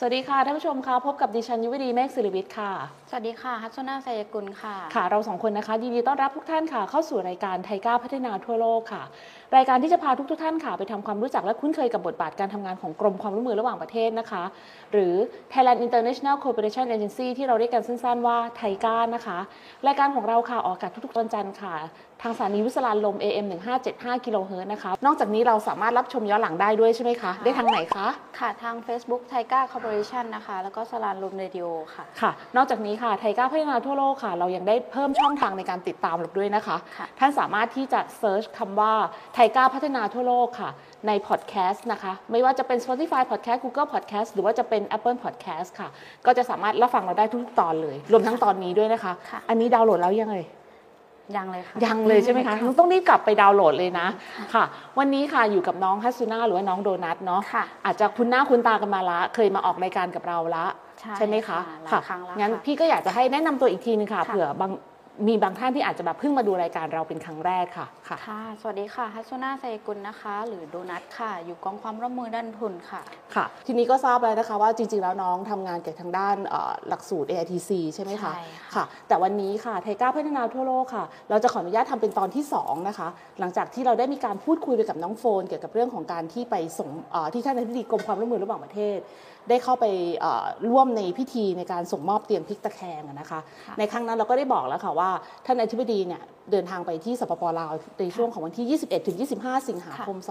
สวัสดีค่ะท่านผู้ชมคะพบกับดิฉันยุวดีเมฆศิริวิทย์ค่ะสวัสดีค่ะฮัสซุนาไซยกุลค่ะค่ะเราสองคนนะคะยินดีต้อนรับทุกท่านค่ะเข้าสู่รายการไทก้าพัฒนาทั่วโลกค่ะรายการที่จะพาทุกท่านค่ะไปทำความรู้จักและคุ้นเคยกับบทบาทการทำงานของกรมความร่วมมือระหว่างประเทศนะคะหรือ Thailand International Cooperation Agency ที่เราเรียกกันสั้นๆว่าไทก้านะคะรายการของเราค่ะออกอากาศทุกๆวันจันทร์ค่ะทางสถานีวิทยุลม AM 1575 กิโลเฮิรตซ์นะคะนอกจากนี้เราสามารถรับชมย้อนหลังได้ด้วยใช่ไหมคะได้ทางไหนคะค่ะทาง Facebook ไทก้าคอร์ปอเรชั่นนะคะแล้วก็สลานลมเรดิโอค่ะค่ะนอกจากนี้ค่ะไทก้าพัฒนาทั่วโลกค่ะเรายังได้เพิ่มช่องทางในการติดตามเราด้วยนะคะท่านสามารถที่จะเซิร์ชคำว่าไทก้าพัฒนาทั่วโลกค่ะในพอดแคสต์นะคะไม่ว่าจะเป็น Spotify Podcast Google Podcast หรือว่าจะเป็น Apple Podcast ค่ะก็จะสามารถรับฟังเราได้ทุกตอนเลยรวมทั้งตอนนี้ด้วยนะคะอันนี้ดาวน์โหลดแล้วยังไงยังเลยค่ะยังเลยใช่ไหมคะต้องรีบกลับไปดาวน์โหลดเลยนะค่ะวันนี้ค่ะอยู่กับน้องฮัสซุน่าหรือว่าน้องโดนัทเนาะอาจจะคุ้นหน้าคุ้นตากันมาละเคยมาออกรายการกับเราละใช่ไหมคะค่ะงั้นพี่ก็อยากจะให้แนะนำตัวอีกทีนึงค่ะเผื่มีบางท่านที่อาจจะแบบเพิ่งมาดูรายการเราเป็นครั้งแรกค่ะค่ะสวัสดีค่ะฮัสซุน่าไซยกุลนะคะหรือโดนัทค่ะอยู่กองความร่วมมือด้านทุนค่ะค่ะทีนี้ก็ทราบแล้วนะคะว่าจริงๆแล้วน้องทำงานเกี่ยวกับทางด้านหลักสูตร AITC ใช่ไหมคะค่ะแต่วันนี้ค่ะไทก้าพัฒนาทั่วโลกค่ะเราจะขออนุญาตทำเป็นตอนที่2นะคะหลังจากที่เราได้มีการพูดคุยไปกับน้องโฟนเกี่ยวกับเรื่องของการที่ไปส่งที่ท่านอธิบดีกรมความร่วมมือระหว่างประเทศได้เข้าไปร่วมในพิธีในการส่งมอบเตียงพลิกตะแคงนะคะในครั้งนั้นเราก็ได้บอกแล้วค่ะว่าท่านอธิบดีเนี่ยเดินทางไปที่สปป.ลาวในช่วงของวันที่ 21 ถึง 25 สิงหาคม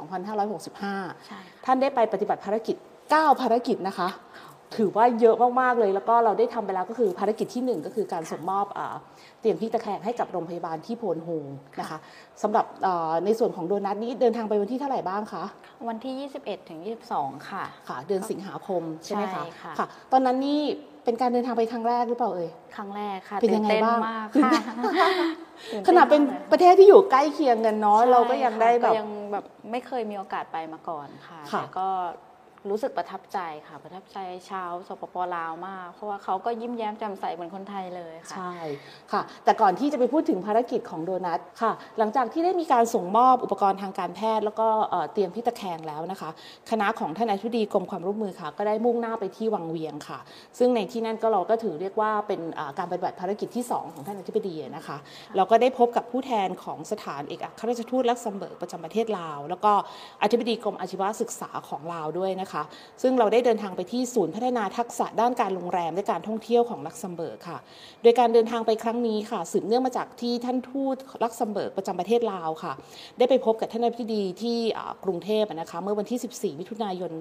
2565 ท่านได้ไปปฏิบัติภารกิจ 9 ภารกิจนะคะถือว่าเยอะมากๆเลยแล้วก็เราได้ทำไปแล้วก็คือภารกิจที่1ก็คือการส่งมอบเตียงพลิกตะแคงให้กับโรงพยาบาลที่โพนโฮงนะคะสำหรับในส่วนของโดนัทนี้เดินทางไปวันที่เท่าไหร่บ้างคะวันที่ 21 ถึง 22 ค่ะค่ะเดือนสิงหาคมใช่ไหมคะค่ะตอนนั้นนี่เป็นการเดินทางไปครั้งแรกหรือเปล่าเอ่ยครั้งแรกค่ะเป็นยังไงบ้างค่ะขนาดเป็นประเทศที่อยู่ใกล้เคียงกันเนาะเราก็ยังได้แบบไม่เคยมีโอกาสไปมาก่อนค่ะแต่ก็รู้สึกประทับใจค่ะประทับใจชาวสปป.ลาวมากเพราะว่าเขาก็ยิ้มแย้มแจ่มใสเหมือนคนไทยเลยค่ะใช่ค่ะแต่ก่อนที่จะไปพูดถึงภารกิจของโดนัทค่ะหลังจากที่ได้มีการส่งมอบอุปกรณ์ทางการแพทย์แล้วก็เตรียมพลิกตะแคงแล้วนะคะคณะของท่านอธิบดีกรมความร่วมมือค่ะก็ได้มุ่งหน้าไปที่วังเวียงค่ะซึ่งในที่นั่นก็เราก็ถือเรียกว่าเป็นการปฏิบัติภารกิจที่2ของท่านอธิบดีนะคะเราก็ได้พบกับผู้แทนของสถานเอกอัครราชทูตลักเซมเบิร์กประจำประเทศลาวแล้วก็อธิบดีกรมอาชีวศึกษาของลาวด้วยนะคะซึ่งเราได้เดินทางไปที่ศูนย์พัฒนาทักษะด้านการโรงแรมและการท่องเที่ยวของลักเซมเบิร์กค่ะโดยการเดินทางไปครั้งนี้ค่ะสืบเนื่องมาจากที่ท่านทูตลักเซมเบิร์กประจำประเทศลาวค่ะได้ไปพบกับท่านอธิบดีที่กรุงเทพนะคะเมื่อวันที่ 14 มิถุนายน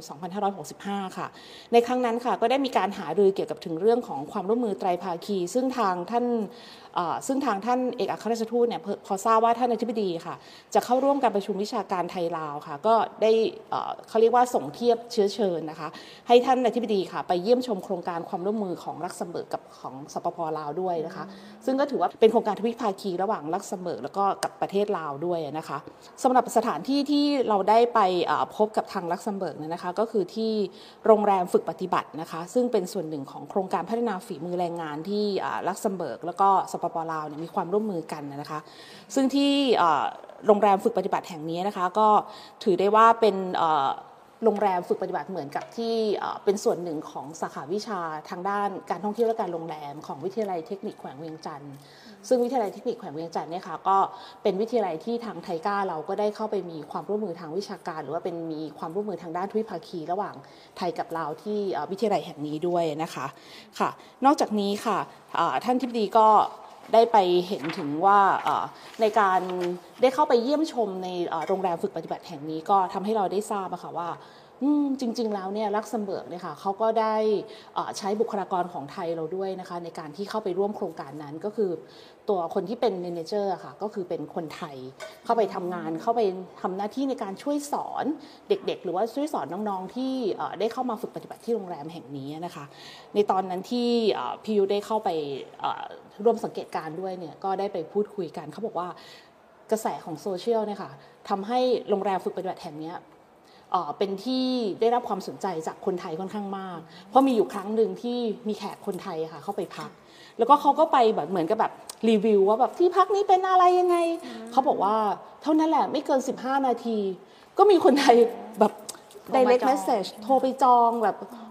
2565 ค่ะในครั้งนั้นค่ะก็ได้มีการหารือเกี่ยวกับถึงเรื่องของความร่วมมือไตรภาคีซึ่งทางท่านเอกอัครราชทูตเนี่ยพอทราบว่าท่านอธิบดีค่ะจะเข้าร่วมการประชุมวิชาการไทยลาวค่ะก็ได้เขาเรียกว่าส่งเทียบเชื้อเชิญนะคะให้ท่านอธิบดีค่ะไปเยี่ยมชมโครงการความร่วมมือของลักเซมเบิร์กกับของสปป.ลาวด้วยนะคะซึ่งก็ถือว่าเป็นโครงการทวิภาคีระหว่างลักเซมเบิร์กแล้วก็กับประเทศลาวด้วยนะคะสำหรับสถานที่ที่เราได้ไปพบกับทางลักเซมเบิร์กนะคะก็คือที่โรงแรมฝึกปฏิบัตินะคะซึ่งเป็นส่วนหนึ่งของโครงการพัฒนาฝีมือแรงงานที่ลักเซมเบิร์กแล้วก็สปป.ลาวมีความร่วมมือกันนะคะซึ่งที่โรงแรมฝึกปฏิบัติแห่งนี้นะคะก็ถือได้ว่าเป็นโรงแรมฝึกปฏิบัติเหมือนกับที่เป็นส่วนหนึ่งของสาขาวิชาทางด้านการท่องเที่ยวและการโรงแรมของวิทยาลัยเทคนิคแขวงเวียงจันทร์ซึ่งวิทยาลัยเทคนิคแขวงเวียงจันทร์เนี่ยค่ะก็เป็นวิทยาลัยที่ทางไทก้าเราก็ได้เข้าไปมีความร่วมมือทางวิชาการหรือว่าเป็นมีความร่วมมือทางด้านทวิภาคีระหว่างไทยกับลาวที่วิทยาลัยแห่งนี้ด้วยนะคะค่ะนอกจากนี้ค่ะท่านอธิบดีก็ได้ไปเห็นถึงว่าในการได้เข้าไปเยี่ยมชมในโรงแรมฝึกปฏิบัติแห่งนี้ก็ทำให้เราได้ทราบค่ะว่าจริงๆแล้วเนี่ยลักเซมเบิร์กเนี่ยค่ะเขาก็ได้ใช้บุคลากรของไทยเราด้วยนะคะในการที่เข้าไปร่วมโครงการนั้นก็คือตัวคนที่เป็นเมเนเจอร์ค่ะก็คือเป็นคนไทยเข้าไปทำงานเข้าไปทำหน้าที่ในการช่วยสอนเด็กๆหรือว่าช่วยสอนน้องๆที่ได้เข้ามาฝึกปฏิบัติที่โรงแรมแห่งนี้นะคะในตอนนั้นที่พี่ยุได้เข้าไปร่วมสังเกตการณ์ด้วยเนี่ยก็ได้ไปพูดคุยกันเขาบอกว่ากระแสของโซเชียลเนี่ยค่ะทำให้โรงแรมฝึกปฏิบัติแห่งนี้เป็นที่ได้รับความสนใจจากคนไทยค่อนข้างมากเพราะมีอยู่ครั้งหนึ่งที่มีแขกคนไทยค่ะเข้าไปพักแล้วก็เขาก็ไปแบบเหมือนกับแบบรีวิวว่าแบบที่พักนี้เป็นอะไรยังไงเขาบอกว่าเท่านั้นแหละไม่เกิน15 นาทีก็มีคนไทยแบบ direct message โทรไปจองแบบ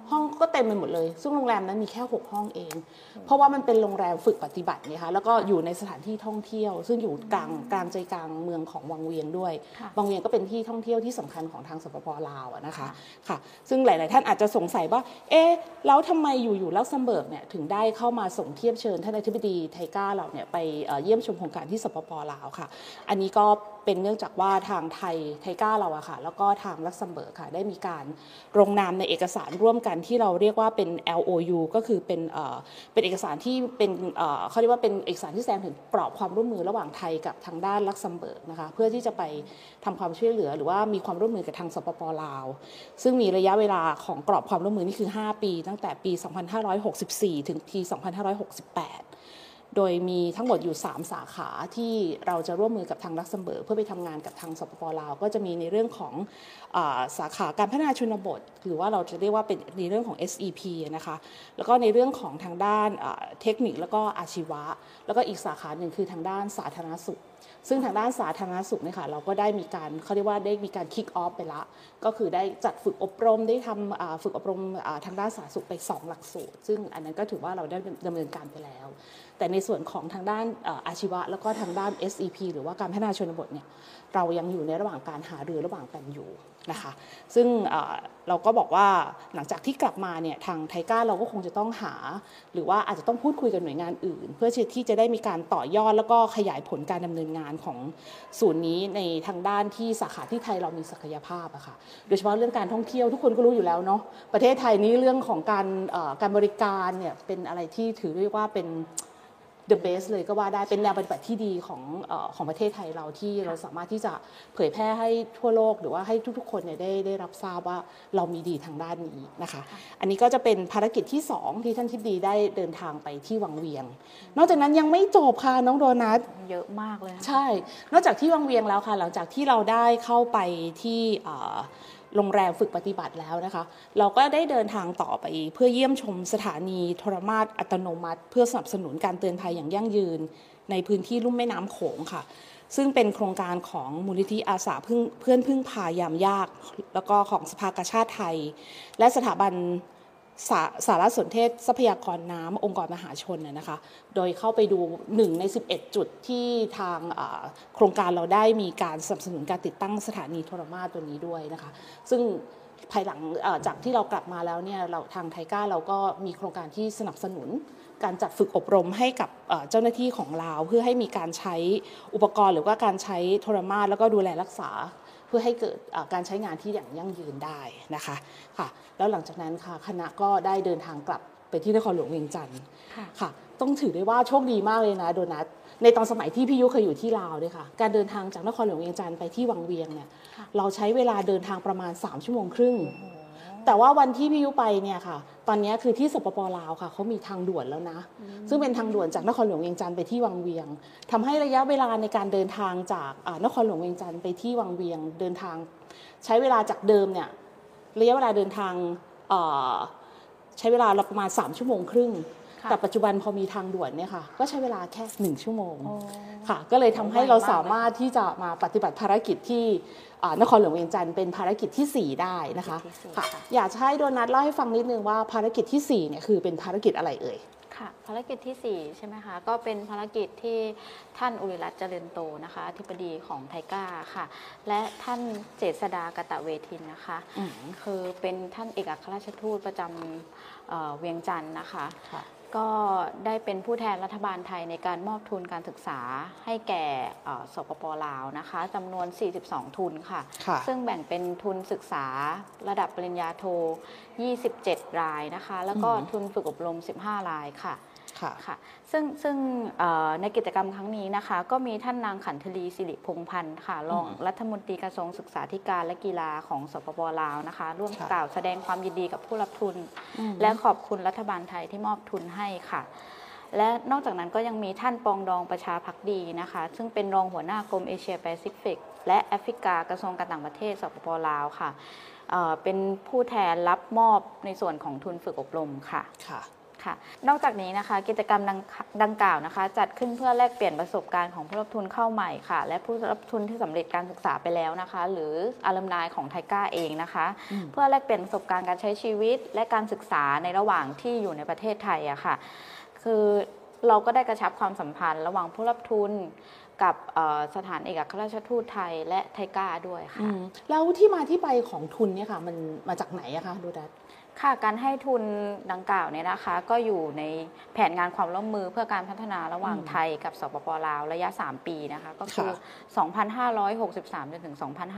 ห้องก็เต็มไปหมดเลยซึ่งโรงแรมนั้นมีแค่6ห้องเองเพราะว่ามันเป็นโรงแรมฝึกปฏิบัตินะคะแล้วก็อยู่ในสถานที่ท่องเที่ยวซึ่งอยู่กลางใจกลางเมืองของวังเวียงด้วยวังเวียงก็เป็นที่ท่องเที่ยวที่สำคัญของทางสปป.ลาวนะคะค่ะซึ่งหลายๆท่านอาจจะสงสัยว่าแล้วทำไมอยู่ลักเซมเบิร์กเนี่ยถึงได้เข้ามาส่งเทียบเชิญท่านอธิบดีไทก้าเราเนี่ยไปเยี่ยมชมโครงการที่สปป.ลาวค่ะอันนี้ก็เป็นเนื่องจากว่าทางไทก้าเราอะค่ะแล้วก็ทางลักเซมเบิร์กค่ะได้มีการลงนามในเอกสารร่วมกันที่เราเรียกว่าเป็น LOU ก็คือเป็นเอกสารที่เป็นเขาเรียกว่าเป็นเอกสารที่แสดงถึงกรอบความร่วมมือระหว่างไทยกับทางด้านลักเซมเบิร์กนะคะเพื่อที่จะไปทำความช่วยเหลือหรือว่ามีความร่วมมือกับทางสปป.ลาวซึ่งมีระยะเวลาของกรอบความร่วมมือนี่คือ5ปีตั้งแต่ปี 2564 ถึงปี 2568โดยมีทั้งหมดอยู่3สาขาที่เราจะร่วมมือกับทางลักเซมเบิร์กเพื่อไปทำงานกับทางสปป.ลาวก็จะมีในเรื่องของสาขาการพัฒนาชนบทหรือว่าเราจะเรียกว่าเป็นในเรื่องของ SEP นะคะแล้วก็ในเรื่องของทางด้านเทคนิคแล้วก็อาชีวะแล้วก็อีกสาขาหนึ่งคือทางด้านสาธารณสุขซึ่งทางด้านสาธารณสุขเนี่ยค่ะเราก็ได้มีการเขาเรียกว่าได้มีการคิกออฟไปละก็คือได้จัดฝึกอบรมได้ทำฝึกอบรมทางด้านสาธารณสุขไป2หลักสูตรซึ่งอันนั้นก็ถือว่าเราได้ดำเนินการไปแล้วแต่ในส่วนของทางด้านอาชีวะแล้วก็ทางด้าน SEP หรือว่าการพัฒนาชนบทเนี่ยเรายังอยู่ในระหว่างการหารือระหว่างกันอยู่นะคะซึ่งเราก็บอกว่าหลังจากที่กลับมาเนี่ยทางไทก้าเราก็คงจะต้องหาหรือว่าอาจจะต้องพูดคุยกับหน่วยงานอื่นเพื่อที่จะได้มีการต่อยอดแล้วก็ขยายผลการดำเนินงานของศูนย์นี้ในทางด้านที่สาขาที่ไทยเรามีศักยภาพอะค่ะโดยเฉพาะเรื่องการท่องเที่ยวทุกคนก็รู้อยู่แล้วเนาะประเทศไทยนี้เรื่องของการบริการเนี่ยเป็นอะไรที่ถือเรียกว่าเป็นthe best เลยก็ว่าได้เป็นแนวปฏิบัติที่ดีของประเทศไทยเราที่เราสามารถที่จะเผยแพร่ให้ทั่วโลกหรือว่าให้ทุกๆคนเนี่ยได้รับทราบว่าเรามีดีทางด้านนี้นะคะอันนี้ก็จะเป็นภารกิจที่2ที่ท่านทิบดีได้เดินทางไปที่วังเวียงนอกจากนั้นยังไม่จบค่ะน้องโดนัทเยอะมากเลยใช่นอกจากที่วังเวียงแล้วค่ะหลังจากที่เราได้เข้าไปที่โรงแรมฝึกปฏิบัติแล้วนะคะเราก็ได้เดินทางต่อไปเพื่อเยี่ยมชมสถานีโทรมาตรอัตโนมัติเพื่อสนับสนุนการเตือนภัยอย่างยั่งยืนในพื้นที่ลุ่มแม่น้ำโขงค่ะซึ่งเป็นโครงการของมูลนิธิอาสาเพื่อนพึ่งพายามยากแล้วก็ของสภากาชาติไทยและสถาบันสารสนเทศทรัพยากรน้ำองค์กรมหาชนนะคะโดยเข้าไปดู1ใน11จุดที่ทางโครงการเราได้มีการสนับสนุนการติดตั้งสถานีโทรมาตรตัวนี้ด้วยนะคะซึ่งภายหลังจากที่เรากลับมาแล้วเนี่ยเราทางไทก้าเราก็มีโครงการที่สนับสนุนการจัดฝึกอบรมให้กับเจ้าหน้าที่ของเราเพื่อให้มีการใช้อุปกรณ์หรือว่าการใช้โทรมาตรแล้วก็ดูแลรักษาเพื่อให้เกิดการใช้งานที่อย่างยั่งยืนได้นะคะค่ะแล้วหลังจากนั้นค่ะคณะก็ได้เดินทางกลับไปที่นครหลวงเวียงจันทร์ค่ะต้องถือได้ว่าโชคดีมากเลยนะโดนัทในตอนสมัยที่พี่ยุเคยอยู่ที่ลาวด้วยค่ะการเดินทางจากนครหลวงเวียงจันทร์ไปที่วังเวียงเนี่ยเราใช้เวลาเดินทางประมาณ3ชั่วโมงครึ่งแต่ว่าวันที่พี่ยุไปเนี่ยค่ะตอนนี้คือที่สปป.ลาวค่ะเขามีทางด่วนแล้วนะซึ่งเป็นทางด่วนจากนครหลวงเวียงจันทร์ไปที่วังเวียงทำให้ระยะเวลาในการเดินทางจากนครหลวงเวียงจันทร์ไปที่วังเวียงเดินทางใช้เวลาจากเดิมเนี่ยระยะเวลาเดินทางใช้เวลาประมาณ3ชั่วโมงครึ่งแต่ปัจจุบันพอมีทางด่วนเนี่ยค่ะก็ใช้เวลาแค่1ชั่วโมงค่ะก็เลยทำให้เราสามารถที่จะมาปฏิบัติภารกิจที่นครหลวงเวียงจันทร์เป็นภารกิจที่4ได้นะคะค่ะอยากให้โดนัทเล่าให้ฟังนิดนึงว่าภารกิจที่4เนี่ยคือเป็นภารกิจอะไรเอ่ยค่ะภารกิจที่4ใช่ไหมคะก็เป็นภารกิจที่ท่านอุริรัตน์เจริญโตนะคะอธิบดีของไทก้าค่ะและท่านเจษฎากตะเวทินนะคะคือเป็นท่านเอกอัครราชทูตประจำเวียงจันทร์นะคะก็ได้เป็นผู้แทนรัฐบาลไทยในการมอบทุนการศึกษาให้แก่สปป.ลาวนะคะจำนวน42ทุนค่ะซึ่งแบ่งเป็นทุนศึกษาระดับปริญญาโท27รายนะคะแล้วก็ทุนฝึกอบรม15รายค่ะค่ะซึ่งในกิจกรรมครั้งนี้นะคะก็มีท่านนางขันธลีสิริพงษ์พันธ์ค่ะรองรัฐมนตรีกระทรวงศึกษาธิการและกีฬาของสปป.ลาวนะคะร่วมกล่าวแสดงความยินดีกับผู้รับทุนและขอบคุณรัฐบาลไทยที่มอบทุนให้ค่ะและนอกจากนั้นก็ยังมีท่านปองดองประชาภักดีนะคะซึ่งเป็นรองหัวหน้ากรมเอเชียแปซิฟิกและแอฟริกากระทรวงการต่างประเทศสปป.ลาวค่ะเป็นผู้แทนรับมอบในส่วนของทุนฝึกอบรมค่ะค่ะนอกจากนี้นะคะกิจกรรมดังกล่าวนะคะจัดขึ้นเพื่อแลกเปลี่ยนประสบการณ์ของผู้รับทุนเข้าใหม่ค่ะและผู้รับทุนที่สำเร็จการศึกษาไปแล้วนะคะหรืออัลลัมไนของไทก้าเองนะคะเพื่อแลกเปลี่ยนประสบการณ์การใช้ชีวิตและการศึกษาในระหว่างที่อยู่ในประเทศไทยอะค่ะคือเราก็ได้กระชับความสัมพันธ์ระหว่างผู้รับทุนกับสถานเอกอัครราชทูตไทยและไทก้าด้วยค่ะแล้วที่มาที่ไปของทุนเนี่ยค่ะมันมาจากไหนอะคะดูดัสค่ะการให้ทุนดังกล่าวเนี่ยนะคะก็อยู่ในแผนงานความร่วมมือเพื่อการพัฒนาระหว่างไทยกับสปป.ลาวระยะ3ปีนะคะก็คือ 2563 จนถึง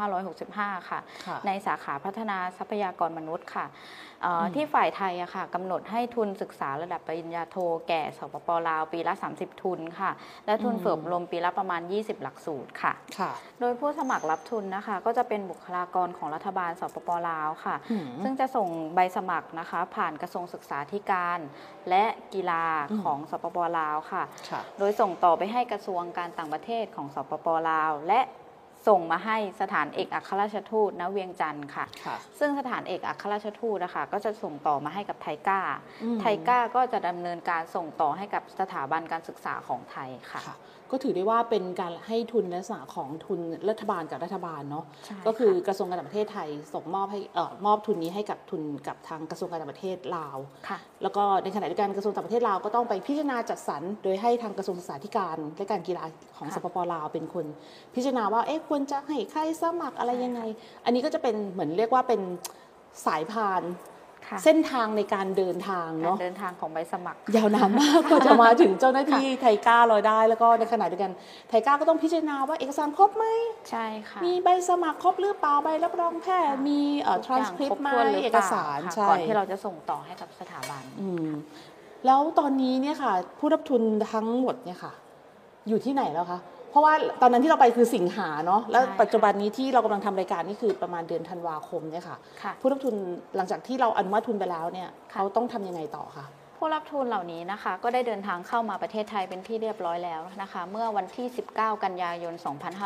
2565 ค่ะในสาขาพัฒนาทรัพยากรมนุษย์ค่ะที่ฝ่ายไทยอะค่ะกำหนดให้ทุนศึกษาระดับปริญญาโทแก่สปป.ลาวปีละ30ทุนค่ะและทุนฝึกอบรมปีละประมาณ20หลักสูตรค่ะโดยผู้สมัครรับทุนนะคะก็จะเป็นบุคลากรของรัฐบาลสปป.ลาวค่ะซึ่งจะส่งใบสมัครนะคะผ่านกระทรวงศึกษาธิการและกีฬาของสปป.ลาวค่ะโดยส่งต่อไปให้กระทรวงการต่างประเทศของสปป.ลาวและส่งมาให้สถานเอกอัครราชทูตณเวียงจันทร์ค่ะซึ่งสถานเอกอัครราชทูตนะคะก็จะส่งต่อมาให้กับไทก้าไทก้าก็จะดำเนินการส่งต่อให้กับสถาบันการศึกษาของไทยค่ะก็ถือได้ว่าเป็นการให้ทุนลักษณะของทุนรัฐบาลกับรัฐบาลเนาะก็คือกระทรวงการต่างประเทศไทยส่งมอบให้มอบทุนนี้ให้กับทุนกับทางกระทรวงการต่างประเทศลาวแล้วก็ในขณะเดียวกันกระทรวงต่างประเทศลาวก็ต้องไปพิจารณาจัดสรรโดยให้ทางกระทรวงศึกษาธิการและการกีฬาของสปป.ลาวเป็นคนพิจารณาว่าควรจะให้ใครสมัครอะไรยังไงอันนี้ก็จะเป็นเหมือนเรียกว่าเป็นสายพานเส้นทางในการเดินทางเนาะเดินทางของใบสมัครยาวนานมากกว่าจะมาถึงเจ้าหน้าที่ไทก้าเราได้แล้วก็ในขณะเดียวกันไทก้าก็ต้องพิจารณาว่าเอกสารครบไหมใช่ค่ะมีใบสมัครครบหรือเปล่าใบรับรองแพทย์มีtranscript ไหมเอกสารใช่ก่อนที่เราจะส่งต่อให้กับสถาบันแล้วตอนนี้เนี่ยค่ะผู้รับทุนทั้งหมดเนี่ยค่ะอยู่ที่ไหนแล้วคะเพราะว่าตอนนั้นที่เราไปคือสิงหาเนาะแล้วปัจจุบันนี้ที่เรากำลังทำรายการนี่คือประมาณเดือนธันวาคมเนี่ยค่ะผู้รับทุนหลังจากที่เราอนุมัติทุนไปแล้วเนี่ยเขาต้องทำยังไงต่อคะผู้รับทุนเหล่านี้นะคะก็ได้เดินทางเข้ามาประเทศไทยเป็นที่เรียบร้อยแล้วนะคะเมื่อวันที่19กันยายน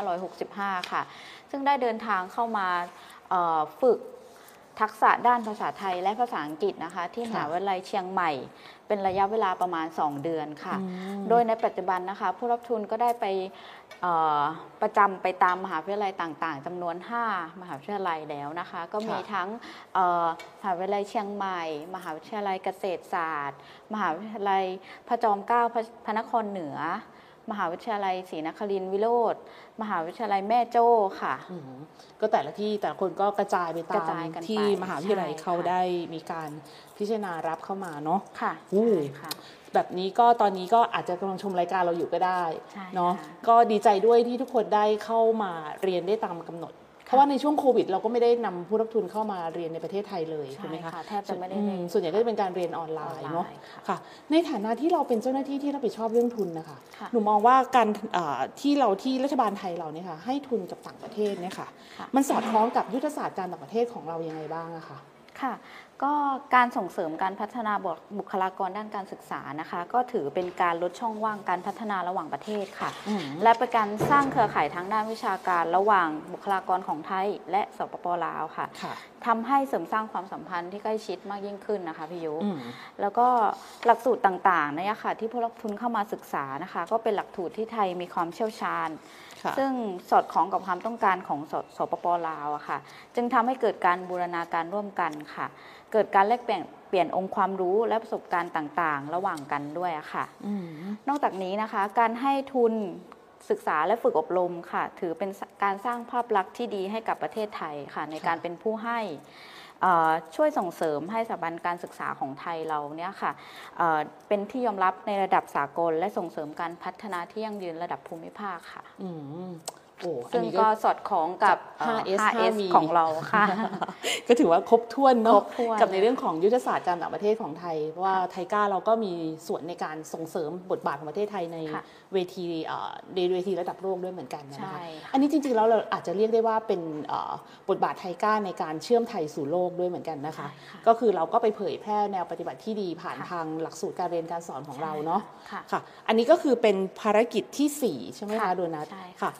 2565ค่ะซึ่งได้เดินทางเข้ามาฝึกทักษะด้านภาษาไทยและภาษาอังกฤษนะคะที่มหาวิทยาลัยเชียงใหม่เป็นระยะเวลาประมาณ2เดือนค่ะโดยในปัจจุบันนะคะผู้รับทุนก็ได้ไปประจำไปตามมหาวิทยาลัยต่างๆจำนวน5มหาวิทยาลัยแล้วนะคะก็มีทั้งมหาวิทยาลัยเชียงใหม่มหาวิทยาลัยเกษตรศาสตร์มหาวิทยาลัยพระจอมเกล้าพระนครเหนือมหาวิทยาลัยศรีนครินทร์วิโรธมหาวิทยาลัยแม่โจ้ค่ะก็แต่ละที่แต่ละคนก็กระจายไปตามที่มหาวิทยาลัยเขาได้มีการพิจารณารับเข้ามาเนาะค่ะแบบนี้ก็ตอนนี้ก็อาจจะกำลังชมรายการเราอยู่ก็ได้เนาะก็ดีใจด้วยที่ทุกคนได้เข้ามาเรียนได้ตามกำหนดเพราะว่าในช่วงโควิดเราก็ไม่ได้นำผู้รับทุนเข้ามาเรียนในประเทศไทยเลยใช่ไหมคะแทบจะไม่ได้ส่วนใหญ่ก็จะเป็นการเรียนออนไลน์เนาะค่ะในฐานะที่เราเป็นเจ้าหน้าที่ที่รับผิดชอบเรื่องทุนนะคะหนูมองว่าการที่รัฐบาลไทยเราเนี่ยค่ะให้ทุนกับต่างประเทศเนี่ยค่ะมันสอดคล้องกับยุทธศาสตร์การต่างประเทศของเรายังไงบ้างอะคะค่ะก็การส่งเสริมการพัฒนาบุคลากรด้านการศึกษานะคะก็ถือเป็นการลดช่องว่างการพัฒนาระหว่างประเทศค่ะและเป็นการสร้างเครือข่ายทางด้านวิชาการระหว่างบุคลากรของไทยและสปป.ลาวค่ะทำให้เสริมสร้างความสัมพันธ์ที่ใกล้ชิดมากยิ่งขึ้นนะคะพี่ยุแล้วก็หลักสูตรต่างๆเนี่ยค่ะที่ผู้รับทุนเข้ามาศึกษานะคะก็เป็นหลักสูตรที่ไทยมีความเชี่ยวชาญซึ่งสอดคล้องกับความต้องการของสปป.ลาวอะค่ะจึงทำให้เกิดการบูรณาการร่วมกันค่ะเกิดการแลกเปลี่ยนองค์ความรู้และประสบการณ์ต่างๆระหว่างกันด้วยอะค่ะนอกจากนี้นะคะการให้ทุนศึกษาและฝึกอบรมค่ะถือเป็นการสร้างภาพลักษณ์ที่ดีให้กับประเทศไทยค่ะในการเป็นผู้ให้ช่วยส่งเสริมให้สถาบันการศึกษาของไทยเราเนี่ยค่ะเป็นที่ยอมรับในระดับสากลและส่งเสริมการพัฒนาที่ยั่งยืนระดับภูมิภาคค่ะซึ่งก็สอดคล้องกับ 5S ของเราค่ะก็ถือว่าครบถ้วนเนาะกับในเรื่องของยุทธศาสตร์การต่างประเทศของไทยเพราะว่าไทก้าเราก็มีส่วนในการส่งเสริมบทบาทของประเทศไทยในเวทีระดับโลกด้วยเหมือนกันนะคะอันนี้จริงๆแล้วเราอาจจะเรียกได้ว่าเป็นบทบาทไทก้าในการเชื่อมไทยสู่โลกด้วยเหมือนกันนะคะก็คือเราก็ไปเผยแพร่แนวปฏิบัติที่ดีผ่านทางหลักสูตรการเรียนการสอนของเราเนาะค่ะอันนี้ก็คือเป็นภารกิจที่4ใช่ไหมคะโดนัทค่ะยังไม่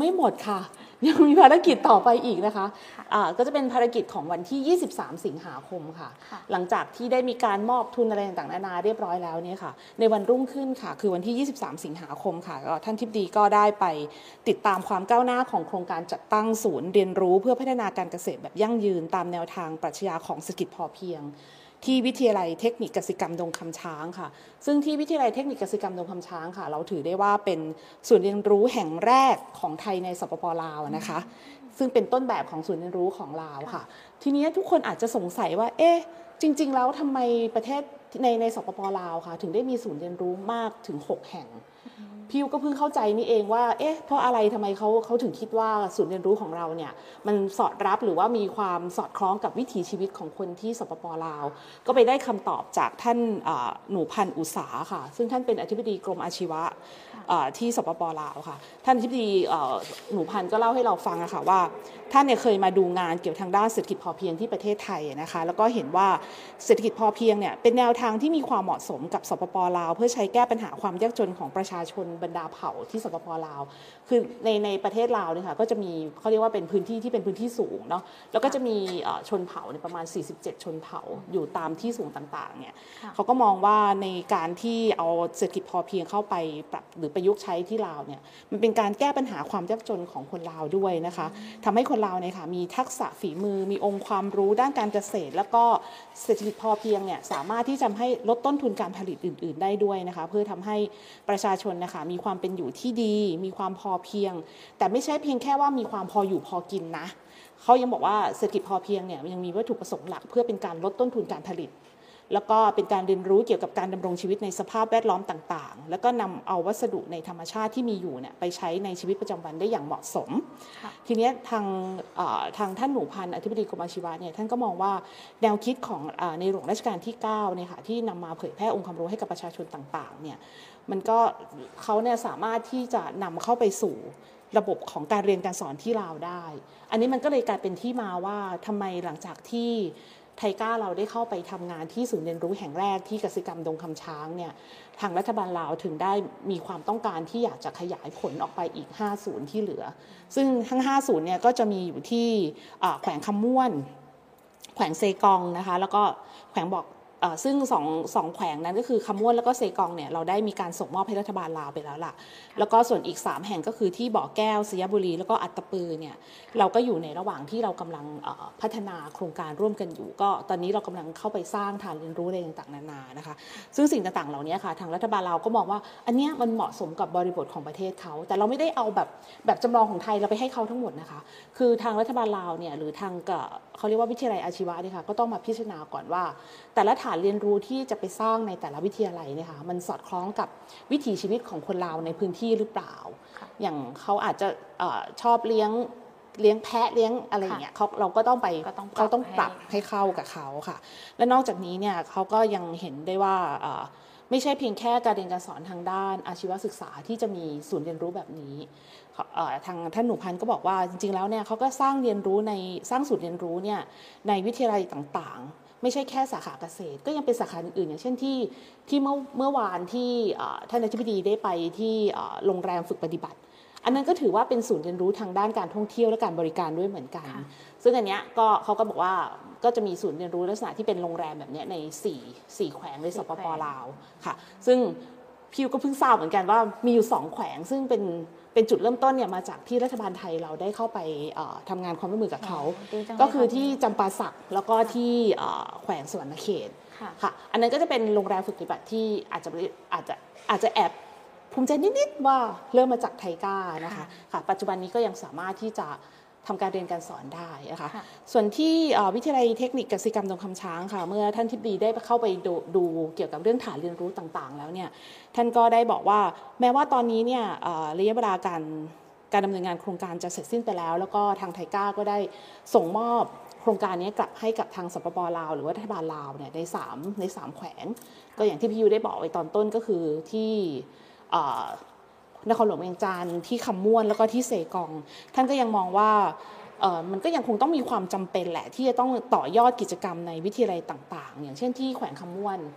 ไม่หมดค่ะยังมีภารกิจต่อไปอีกนะคะก็จะเป็นภารกิจของวันที่23สิงหาคมค่ะหลังจากที่ได้มีการมอบทุนอะไรต่างๆนานาเรียบร้อยแล้วเนี่ยค่ะในวันรุ่งขึ้นค่ะคือวันที่23สิงหาคมค่ะก็ท่านทิบดีก็ได้ไปติดตามความก้าวหน้าของโครงการจัดตั้งศูนย์เรียนรู้เพื่อพัฒนาการเกษตรแบบยั่งยืนตามแนวทางปรัชญาของเศรษฐกิจพอเพียงที่วิทยาลัยเทคนิคกสิกรรมดงคำช้างค่ะซึ่งที่วิทยาลัยเทคนิคกสิกรรมดงคำช้างค่ะเราถือได้ว่าเป็นศูนย์เรียนรู้แห่งแรกของไทยในสปป.ลาวนะคะซึ่งเป็นต้นแบบของศูนย์เรียนรู้ของลาวค่ะทีนี้ทุกคนอาจจะสงสัยว่าจริงๆแล้วทำไมประเทศในสปป.ลาวค่ะถึงได้มีศูนย์เรียนรู้มากถึง6แห่งพี่ก็เพิ่งเข้าใจนี่เองว่าเพราะอะไรทำไมเขาถึงคิดว่าศูนย์เรียนรู้ของเราเนี่ยมันสอดรับหรือว่ามีความสอดคล้องกับวิถีชีวิตของคนที่สปป.ลาวก็ไปได้คำตอบจากท่านหนูพันธ์อุษาค่ะซึ่งท่านเป็นอธิบดีกรมอาชีวะที่สปป.ลาวค่ะท่านอธิบดีหนูพันธ์ก็เล่าให้เราฟังค่ะว่าท่านเนี่ยเคยมาดูงานเกี่ยวทางด้านเศรษฐกิจพอเพียงที่ประเทศไทยนะคะแล้วก็เห็นว่าเศรษฐกิจพอเพียงเนี่ยเป็นแนวทางที่มีความเหมาะสมกับสปป.ลาวเพื่อใช้แก้ปัญหาความยากจนของประชาชนบรรดาเผ่าที่สปป.ลาวคือในประเทศลาวเนี่ยค่ะก็จะมีเขาเรียกว่าเป็นพื้นที่ที่เป็นพื้นที่สูงเนาะแล้วก็จะมีชนเผ่าในประมาณ47ชนเผ่าอยู่ตามที่สูงต่างๆเนี่ยเขาก็มองว่าในการที่เอาเศรษฐกิจพอเพียงเข้าไปปรับหรือประยุกต์ใช้ที่ลาวเนี่ยมันเป็นการแก้ปัญหาความยากจนของคนลาวด้วยนะคะทำให้คนลาวเนี่ยค่ะมีทักษะฝีมือมีองค์ความรู้ด้านการเกษตรแล้วก็เศรษฐกิจพอเพียงเนี่ยสามารถที่จะให้ลดต้นทุนการผลิตอื่นๆได้ด้วยนะคะเพื่อทำให้ประชาชนนะคะมีความเป็นอยู่ที่ดีมีความพอเพียงแต่ไม่ใช่เพียงแค่ว่ามีความพออยู่พอกินนะเขายังบอกว่าเศรษฐกิจพอเพียงเนี่ยยังมีวัตถุประสงค์หลักเพื่อเป็นการลดต้นทุนการผลิตแล้วก็เป็นการเรียนรู้เกี่ยวกับการดำรงชีวิตในสภาพแวดล้อมต่างๆแล้วก็นำเอาวัสดุในธรรมชาติที่มีอยู่เนี่ยไปใช้ในชีวิตประจำวันได้อย่างเหมาะสมทีนี้ทางท่านหนูพันธ์อธิบดีกรมอาชีวะเนี่ยท่านก็มองว่าแนวคิดของในหลวงรัชกาลที่9เนี่ยค่ะที่นำมาเผยแพร่องค์ความรู้ให้กับประชาชนต่างๆเนี่ยมันก็เขาเนี่ยสามารถที่จะนำเข้าไปสู่ระบบของการเรียนการสอนที่ลาวได้อันนี้มันก็เลยกลายเป็นที่มาว่าทำไมหลังจากที่ไทก้าเราได้เข้าไปทำงานที่ศูนย์เรียนรู้แห่งแรกที่กสิกรรมดงคำช้างเนี่ยทางรัฐบาลลาวถึงได้มีความต้องการที่อยากจะขยายผลออกไปอีก5ศูนย์ที่เหลือซึ่งทั้ง5ศูนย์เนี่ยก็จะมีอยู่ที่แขวงคำม่วนแขวงเซกองนะคะแล้วก็แขวงบอกซึ่งสองแขวงนั้นก็คือคำม่วนแล้วก็เซกองเนี่ยเราได้มีการส่งมอบให้รัฐบาลลาวไปแล้วล่ะแล้วก็ส่วนอีก3แห่งก็คือที่บ่อแก้วสยบุรีแล้วก็อัตตปือเนี่ยเราก็อยู่ในระหว่างที่เรากำลังพัฒนาโครงการร่วมกันอยู่ก็ตอนนี้เรากำลังเข้าไปสร้างฐานเรียนรู้อะไรต่างๆนานานะคะซึ่งสิ่งต่างๆเหล่านี้ค่ะทางรัฐบาลลาวก็มองว่าอันนี้มันเหมาะสมกับบริบทของประเทศเขาแต่เราไม่ได้เอาแบบจำลองของไทยเราไปให้เขาทั้งหมดนะคะคือทางรัฐบาลลาวเนี่ยหรือทางเขาเรียกว่าวิทยาลัยอาชีวะเนี่ยค่ะก็ต้องมาพิจารณาก่อนว่าแต่ละฐานเรียนรู้ที่จะไปสร้างในแต่ละวิทยาลัยเนี่ยค่ะมันสอดคล้องกับวิถีชีวิตของคนลาวในพื้นที่หรือเปล่าอย่างเขาอาจจะชอบเลี้ยงแพะเลี้ยงอะไรอย่างเงี้ยเราก็ต้องปรับให้เข้ากับเขาค่ะและนอกจากนี้เนี่ยเขาก็ยังเห็นได้ว่าไม่ใช่เพียงแค่การเรียนการสอนทางด้านอาชีวศึกษาที่จะมีศูนย์เรียนรู้แบบนี้ทางท่านหนูพันธ์ก็บอกว่าจริงๆแล้วเนี่ยเขาก็สร้างศูนย์เรียนรู้เนี่ยในวิทยาลัยต่างๆไม่ใช่แค่สาขาเกษตรก็ยังเป็นสาขาอื่นๆอย่างเช่นที่เมื่อวานที่ท่านอธิบดีได้ไปที่โรงแรมฝึกปฏิบัติอันนั้นก็ถือว่าเป็นศูนย์เรียนรู้ทางด้านการท่องเที่ยวและการบริการด้วยเหมือนกันซึ่งอันเนี้ยก็เขาก็บอกว่าก็จะมีศูนย์เรียนรู้ลักษณะที่เป็นโรงแรมแบบนี้ใน4แขวงในสปป.ลาวค่ะซึ่งพี่ก็เพิ่งทราบเหมือนกันว่ามีอยู่2แขวงซึ่งเป็นจุดเริ่มต้นเนี่ยมาจากที่รัฐบาลไทยเราได้เข้าไปทำงานความร่วมมือกับเขาก็คือที่จำปาสักแล้วก็ที่แขวงสวรรณเขตค่ะอันนั้นก็จะเป็นโรงแรมฝึกปฏิบัติที่อาจจะแอบภูมิใจนิดๆว่าเริ่มมาจากไทก้านะคะค่ะปัจจุบันนี้ก็ยังสามารถที่จะทำการเรียนการสอนได้นะคะส่วนที่วิทยาลัยเทคนิคกสิกรรมดงคำช้างค่ะเมื่อท่านทิบดีได้เข้าไปดูเกี่ยวกับเรื่องฐานเรียนรู้ต่างๆแล้วเนี่ยท่านก็ได้บอกว่าแม้ว่าตอนนี้เนี่ยระยะเวลาการดำเนินงานโครงการจะเสร็จสิ้นไปแล้วแล้วก็ทางไทก้าก็ได้ส่งมอบโครงการนี้กลับให้กับทางสปป.ลาวหรือว่ารัฐบาลลาวเนี่ยใน3แขวงก็อย่างที่พี่ยูได้บอกไว้ตอนต้นก็คือที่นครหลวงเวียงจันทร์ที่คำม่วนแล้วก็ที่เซกองท่านก็ยังมองว่ามันก็ยังคงต้องมีความจำเป็นแหละที่จะต้องต่อยอดกิจกรรมในวิทยาลัยต่างๆอย่างเช่นที่แขวงคำม่วน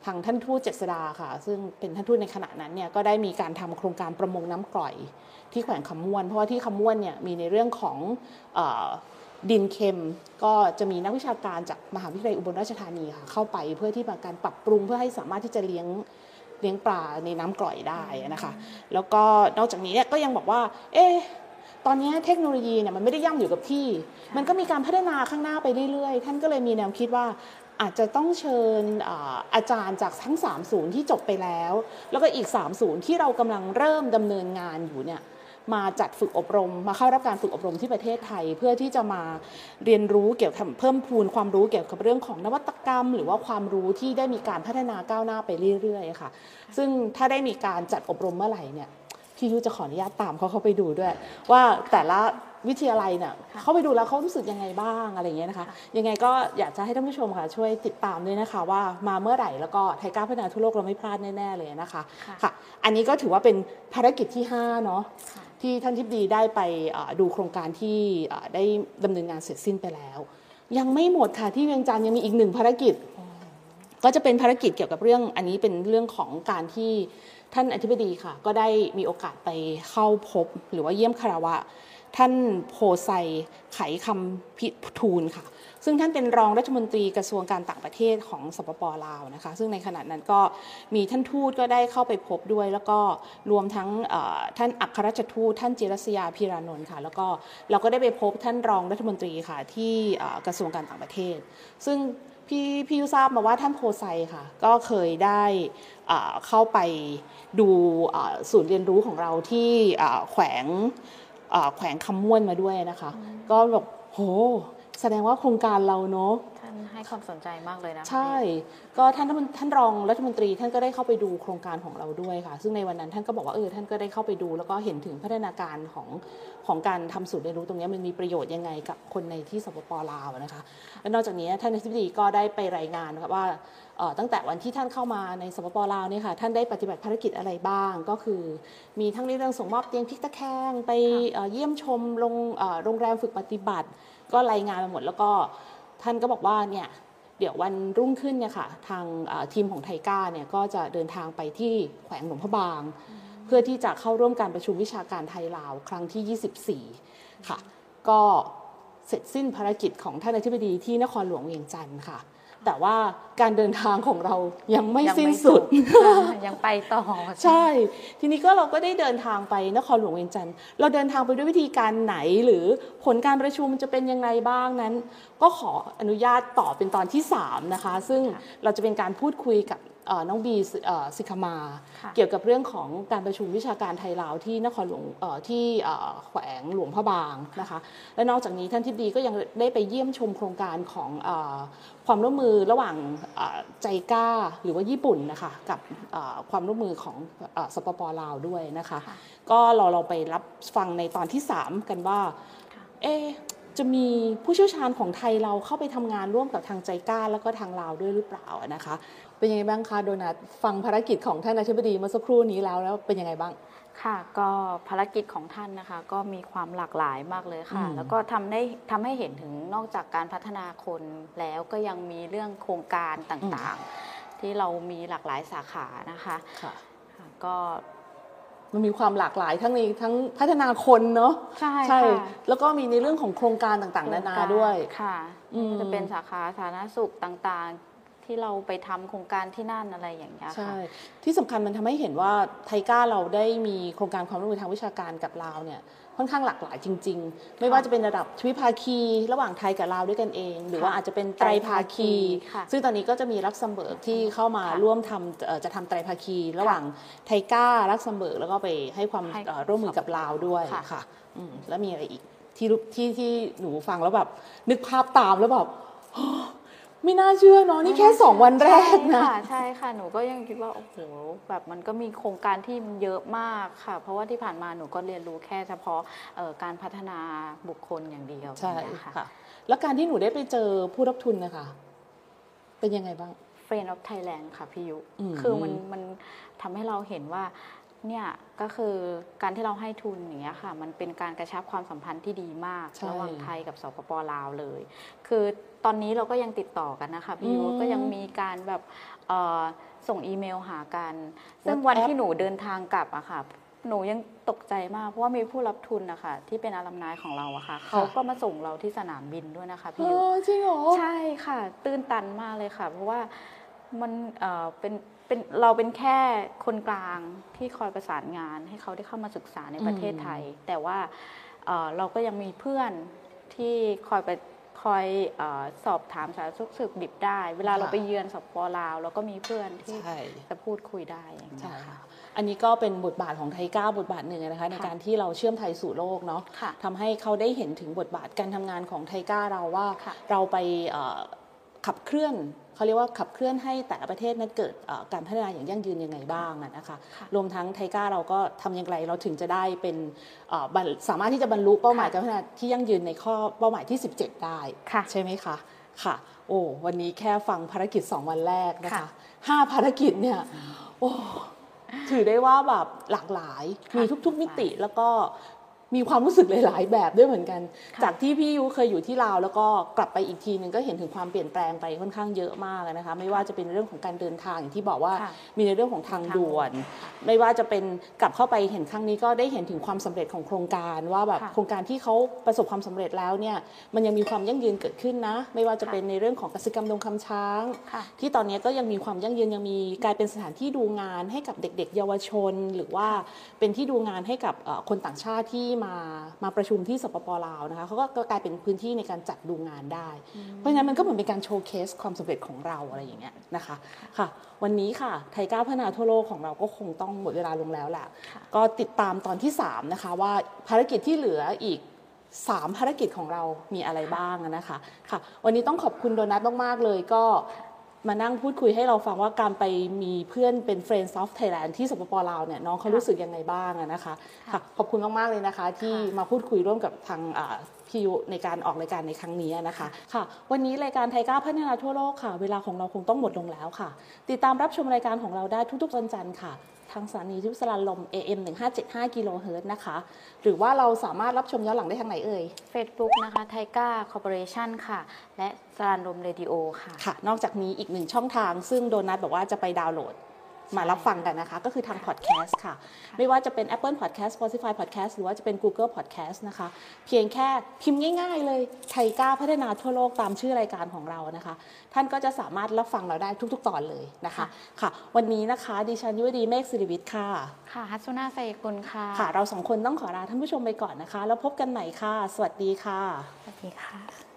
ทางท่านทูตเจษฎาค่ะซึ่งเป็นท่านทูตในขณะนั้นเนี่ยก็ได้มีการทำโครงการประมงน้ำกร่อยที่แขวงคำม่วนเพราะว่าที่คำม่วนเนี่ยมีในเรื่องของดินเค็มก็จะมีนักวิชาการจากมหาวิทยาลัยอุบลราชธานีค่ะเข้าไปเพื่อที่มาการปรับปรุงเพื่อให้สามารถที่จะเลี้ยงปลาในน้ำกร่อยได้นะคะแล้วก็นอกจากนี้เนี่ยก็ยังบอกว่าตอนนี้เทคโนโลยีเนี่ยมันไม่ได้ย่ำอยู่กับที่มันก็มีการพัฒนาข้างหน้าไปเรื่อยๆท่านก็เลยมีแนวคิดว่าอาจจะต้องเชิญอาจารย์จากทั้ง3ศูนย์ที่จบไปแล้วแล้วก็อีก3ศูนย์ที่เรากำลังเริ่มดำเนินงานอยู่เนี่ยมาจัดฝึกอบรมมาเข้ารับการฝึกอบรมที่ประเทศไทยเพื่อที่จะมาเรียนรู้เกี่ยวกับเพิ่มพูนความรู้เกี่ยวกับเรื่องของนวัตกรรมหรือว่าความรู้ที่ได้มีการพัฒนาก้าวหน้าไปเรื่อยๆค่ะซึ่งถ้าได้มีการจัดอบรมเมื่อไหร่เนี่ยพี่ยุจะขออนุญาตตามเขาเข้าไปดูด้วยว่าแต่ละวิทยาลัยเนี่ยเข้าไปดูแล้วเขารู้สึกยังไงบ้างอะไรอย่างเงี้ยนะคะยังไงก็อยากจะให้ท่านผู้ชมค่ะช่วยติดตามด้วยนะคะว่ามาเมื่อไหร่แล้วก็ไทก้าพัฒนาทั่วโลกเราไม่พลาดแน่ๆเลยนะคะค่ะอันนี้ก็ถือว่าเป็นภารกิจที่5เนาะที่ท่านทิพดีได้ไปดูโครงการที่ได้ดำเนินงานเสร็จสิ้นไปแล้วยังไม่หมดค่ะที่เวียงจันทร์ยังมีอีก1ภารกิจก็จะเป็นภารกิจเกี่ยวกับเรื่องอันนี้เป็นเรื่องของการที่ท่านอธิบดีค่ะก็ได้มีโอกาสไปเข้าพบหรือว่าเยี่ยมคารวะท่านโพไซไขคำพิทูลค่ะซึ่งท่านเป็นรองรัฐมนตรีกระทรวงการต่างประเทศของสปป.ลาวนะคะซึ่งในขณะนั้นก็มีท่านทูตก็ได้เข้าไปพบด้วยแล้วก็รวมทั้งท่านอัครราชทูตท่านจิรศยาพีรานนท์ค่ะแล้วก็เราก็ได้ไปพบท่านรองรัฐมนตรีค่ะที่กระทรวงการต่างประเทศซึ่งพี่ยุทราบมาว่าท่านโพไซค่ะก็เคยได้เข้าไปดูศูนย์เรียนรู้ของเราที่แขวงคำม่วนมาด้วยนะคะก็แบบโหแสดงว่าโครงการเราเนาะท่านให้ความสนใจมากเลยนะใช่ก็ท่านรองรัฐมนตรีท่านก็ได้เข้าไปดูโครงการของเราด้วยค่ะซึ่งในวันนั้นท่านก็บอกว่าท่านก็ได้เข้าไปดูแล้วก็เห็นถึงพัฒนาการของการทำศูนย์เรียนรู้ตรงนี้มันมีประโยชน์ยังไงกับคนในที่สปป.ลาวนะคะและนอกจากนี้ท่านอธิบดีก็ได้ไปรายงานว่าตั้งแต่วันที่ท่านเข้ามาในสปป.ลาวเนี่ยค่ะท่านได้ปฏิบัติภารกิจอะไรบ้างก็คือมีทั้งในเรื่องส่งมอบเตียงพลิกตะแคงไปเยี่ยมชมโรงแรมฝึกปฏิบัติก็รายงานมาหมดแล้วก็ท่านก็บอกว่าเนี่ยเดี๋ยววันรุ่งขึ้นเนี่ยค่ะทางทีมของไทก้าเนี่ยก็จะเดินทางไปที่แขวงหลวงพระบางเพื่อที่จะเข้าร่วมการประชุมวิชาการไทยลาวครั้งที่24ค่ะก็เสร็จสิ้นภารกิจของท่านอธิบดีที่นครหลวงเวียงจันทร์ค่ะแต่ว่าการเดินทางของเรายังไม่สิ้นสุดยังไปต่อใช่ทีนี้เราก็ได้เดินทางไปนครหลวงเวียงจันทร์เราเดินทางไปด้วยวิธีการไหนหรือผลการประชุมจะเป็นยังไงบ้างนั้นก็ขออนุญาตต่อเป็นตอนที่3นะคะซึ่งเราจะเป็นการพูดคุยกับน้องบีสิกมาเกี่ยวกับเรื่องของการประชุมวิชาการไทยลาวที่นครหลวงที่แขวงหลวงพระบางนะคะและนอกจากนี้ท่านทิบดีก็ยังได้ไปเยี่ยมชมโครงการของความร่วมมือระหว่างใจกล้าหรือว่าญี่ปุ่นนะคะกับความร่วมมือของสปป.ลาวด้วยนะคะก็เราไปรับฟังในตอนที่3กันว่าจะมีผู้เชี่ยวชาญของไทยเราเข้าไปทำงานร่วมกับทางใจกล้าแล้วก็ทางลาวด้วยหรือเปล่านะคะเป็นยังไงบ้างคะโดนัทฟังภารกิจของท่านอธิบดีเมื่อสักครู่นี้แล้วเป็นยังไงบ้างค่ะก็ภารกิจของท่านนะคะก็มีความหลากหลายมากเลยค่ะแล้วก็ทำให้เห็นถึงนอกจากการพัฒนาคนแล้วก็ยังมีเรื่องโครงการต่างๆที่เรามีหลากหลายสาขานะคะก็มันมีความหลากหลายทั้งพัฒนาคนเนาะใช่แล้วก็มีในเรื่องของโครงการต่างๆนานาด้วยค่ะจะเป็นสาขาสาธารณสุขต่างๆที่เราไปทำโครงการที่นั่นอะไรอย่างเงี้ยค่ะใช่ที่สำคัญมันทำให้เห็นว่าไทก้าเราได้มีโครงการความร่วมมือทางวิชาการกับลาวเนี่ยค่อนข้างหลากหลายจริงๆไม่ว่าจะเป็นระดับทวิภาคีระหว่างไทยกับลาวด้วยกันเองหรือว่าอาจจะเป็นไตรภาคีซึ่งตอนนี้ก็จะมีลักเซมเบิร์กที่เข้ามาร่วมจะทำไตรภาคีระหว่างไทก้าลักเซมเบิร์กแล้วก็ไปให้ความร่วมมือกับลาวด้วยค่ะแล้วมีอะไรอีกที่หนูฟังแล้วแบบนึกภาพตามแล้วแบบไม่น่าเชื่อเนาะนี่แค่2วันแรกนะใช่ค่ะหนูก็ยังคิดว่าโอ้โหแบบมันก็มีโครงการที่มันเยอะมากค่ะเพราะว่าที่ผ่านมาหนูก็เรียนรู้แค่เฉพาะการพัฒนาบุคคลอย่างเดียวใช่ค่ะแล้วการที่หนูได้ไปเจอผู้รับทุนนะคะเป็นยังไงบ้าง Friend of Thailand ค่ะพี่ยุคือมันทำให้เราเห็นว่าเนี่ยก็คือการที่เราให้ทุนอย่างเงี้ยค่ะมันเป็นการกระชับความสัมพันธ์ที่ดีมากระหว่างไทยกับสปป.ลาวเลยคือตอนนี้เราก็ยังติดต่อกันนะคะพี่ยุก็ยังมีการแบบส่งอีเมลหากันซึ่งวันที่หนูเดินทางกลับอะค่ะหนูยังตกใจมากเพราะว่ามีผู้รับทุนนะคะที่เป็นอาลัมนายของเราอะค่ะเขาก็มาส่งเราที่สนามบินด้วยนะคะพี่ยุจริงเหรอใช่ค่ะตื้นตันมากเลยค่ะเพราะว่ามันเป็นเราเป็นแค่คนกลางที่คอยประสานงานให้เขาได้เข้ามาศึกษาในประเทศไทยแต่ว่าเราก็ยังมีเพื่อนที่คอยสอบถามสารทุกข์สุขดิบได้ เวลาเราไปเยือนสปป.ลาวเราก็มีเพื่อนที่จะพูดคุยได้อย่างนี้ค่ะอันนี้ก็เป็นบทบาทของไทก้าบทบาทหนึ่งนะคะในการที่เราเชื่อมไทยสู่โลกเนาะทำให้เขาได้เห็นถึงบทบาทการทำงานของไทก้าเราว่าเราไปขับเคลื่อนเขาเรียกว่าขับเคลื่อนให้แต่ละประเทศนั้นเกิดการพัฒนาอย่างยั่งยืนยังไงบ้างนะคะรวมทั้งไทก้าเราก็ทำอย่างไรเราถึงจะได้เป็นสามารถที่จะบรรลุเป้าหมายการพัฒนาที่ยั่งยืนในข้อเป้าหมายที่17ได้ใช่ไหมคะค่ะโอ้วันนี้แค่ฟังภารกิจ2วันแรกนะคะ5ภารกิจเนี่ยโอ้ถือได้ว่าแบบหลากหลายมีทุกๆมิติแล้วก็มีความรู้สึกหลายๆแบบด้วยเหมือนกันจากที่พี่ยุเคยอยู่ที่ลาวแล้วก็กลับไปอีกทีนึงก็เห็นถึงความเปลี่ยนแปลงไปค่อนข้างเยอะมากนะคะไม่ว่าจะเป็นเรื่องของการเดินทางอย่างที่บอกว่ามีในเรื่องของทางด่วนไม่ว่าจะเป็นกลับเข้าไปเห็นครั้งนี้ก็ได้เห็นถึงความสำเร็จของโครงการว่าแบบโครงการที่เขาประสบความสำเร็จแล้วเนี่ยมันยังมีความยั่งยืนเกิดขึ้นนะไม่ว่าจะเป็นในเรื่องของกสิกรรมดงคำช้างที่ตอนนี้ก็ยังมีความยั่งยืนยังมีกลายเป็นสถานที่ดูงานให้กับเด็กๆเยาวชนหรือว่าเป็นที่ดูงานให้กับคนต่างชาติที่มาประชุมที่สปป.ลาวนะคะเขาก็กลายเป็นพื้นที่ในการจัดดูงานได้เพราะฉะนั้นมันก็เหมือนเป็นการโชว์เคสความสำเร็จของเราอะไรอย่างเงี้ยนะคะค่ะวันนี้ค่ะไทก้าพัฒนาทั่วโลกของเราก็คงต้องหมดเวลาลงแล้วแหละก็ติดตามตอนที่3นะคะว่าภารกิจที่เหลืออีก3ภารกิจของเรามีอะไรบ้างนะคะค่ะวันนี้ต้องขอบคุณโดนัทมากๆเลยก็มานั่งพูดคุยให้เราฟังว่าการไปมีเพื่อนเป็น Friends of Thailand ที่สปป.ลาวเนี่ยน้องเขารู้สึกยังไงบ้างนะคะค่ะขอบคุณมากๆเลยนะคะที่มาพูดคุยร่วมกับทางพี่ยุในการออกรายการในครั้งนี้นะคะค่ะวันนี้รายการไทก้าพัฒนาทั่วโลกค่ะเวลาของเราคงต้องหมดลงแล้วค่ะติดตามรับชมรายการของเราได้ทุกๆวันจันทร์ค่ะทางสถานีทิพย์สลันลม AM 1575 กิโลเฮิรตซ์นะคะหรือว่าเราสามารถรับชมย้อนหลังได้ทางไหนเอ่ย Facebook นะคะไทก้าคอร์ปอเรชั่นค่ะและสลันลมเรดิโอค่ะค่ะนอกจากนี้อีก1ช่องทางซึ่งโดนัทบอกว่าจะไปดาวน์โหลดมารับฟังกันนะคะก็คือทางพอดแคสต์ค่ะไม่ว่าจะเป็น Apple Podcast Spotify Podcast หรือว่าจะเป็น Google Podcast นะคะเพียงแค่พิมพ์ง่ายๆเลยไทก้าพัฒนาทั่วโลกตามชื่อรายการของเรานะคะท่านก็จะสามารถรับฟังเราได้ทุกๆตอนเลยนะคะค่ะวันนี้นะคะดิฉันยุวดีเมฆศิริวิทย์ค่ะค่ะฮัสซุนาไซกุลค่ะค่ะเรา2คนต้องขอลาท่านผู้ชมไปก่อนนะคะแล้วพบกันใหม่ค่ะสวัสดีค่ะสวัสดีค่ะ